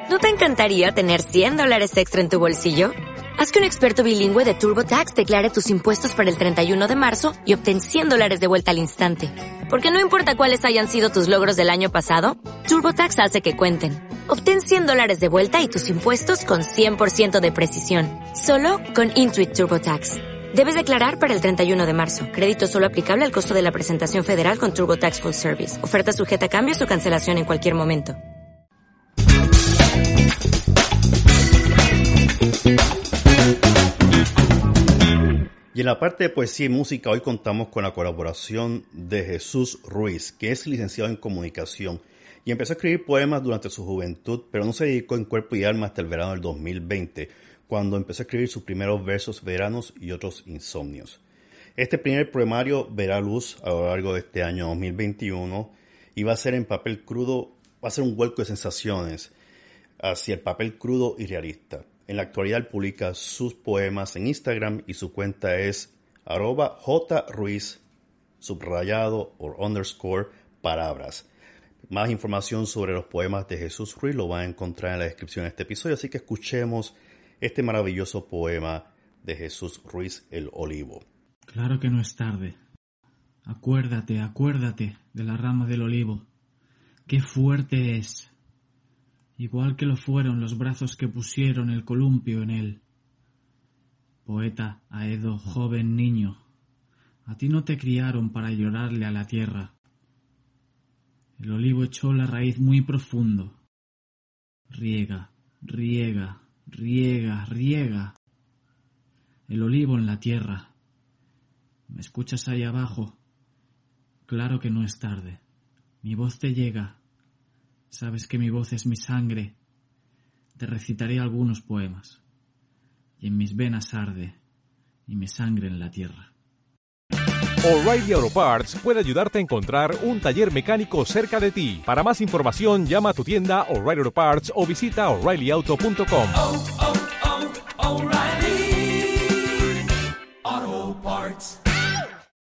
¿No te encantaría tener $100 extra en tu bolsillo? Haz que un experto bilingüe de TurboTax declare tus impuestos para el 31 de marzo y obtén $100 de vuelta al instante. Porque no importa cuáles hayan sido tus logros del año pasado, TurboTax hace que cuenten. Obtén $100 de vuelta y tus impuestos con 100% de precisión. Solo con Intuit TurboTax. Debes declarar para el 31 de marzo. Crédito solo aplicable al costo de la presentación federal con TurboTax Full Service. Oferta sujeta a cambios o cancelación en cualquier momento. Y en la parte de poesía y música hoy contamos con la colaboración de Jesús Ruiz, que es licenciado en comunicación y empezó a escribir poemas durante su juventud, pero no se dedicó en cuerpo y alma hasta el verano del 2020, cuando empezó a escribir sus primeros versos veranos y otros insomnios. Este primer poemario verá luz a lo largo de este año 2021 y va a ser en papel crudo, va a ser un vuelco de sensaciones hacia el papel crudo y realista. En la actualidad publica sus poemas en Instagram y su cuenta es @jruiz _palabras. Más información sobre los poemas de Jesús Ruiz lo van a encontrar en la descripción de este episodio, así que escuchemos este maravilloso poema de Jesús Ruiz, El Olivo. Claro que no es tarde. Acuérdate, acuérdate de la rama del olivo. ¡Qué fuerte es! Igual que lo fueron los brazos que pusieron el columpio en él. Poeta, aedo, joven niño, a ti no te criaron para llorarle a la tierra. El olivo echó la raíz muy profundo. Riega, riega, riega, riega. El olivo en la tierra. ¿Me escuchas ahí abajo? Claro que no es tarde. Mi voz te llega. Sabes que mi voz es mi sangre. Te recitaré algunos poemas. Y en mis venas arde, y mi sangre en la tierra. O'Reilly Auto Parts puede ayudarte a encontrar un taller mecánico cerca de ti. Para más información, llama a tu tienda O'Reilly Auto Parts o visita O'ReillyAuto.com.